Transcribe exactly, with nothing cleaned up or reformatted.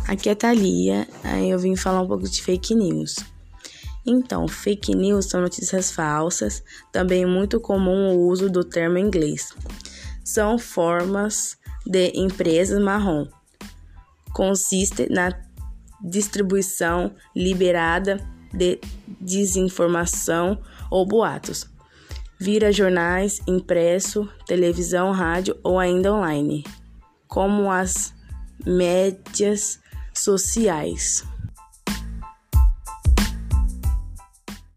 Aqui é a Thalia, aí eu vim falar um pouco de fake news. Então, fake news são notícias falsas, também é muito comum o uso do termo em inglês. São formas de empresas marrom. Consiste na distribuição liberada de desinformação ou boatos, via jornais, impresso, televisão, rádio ou ainda online, como as mídias sociais.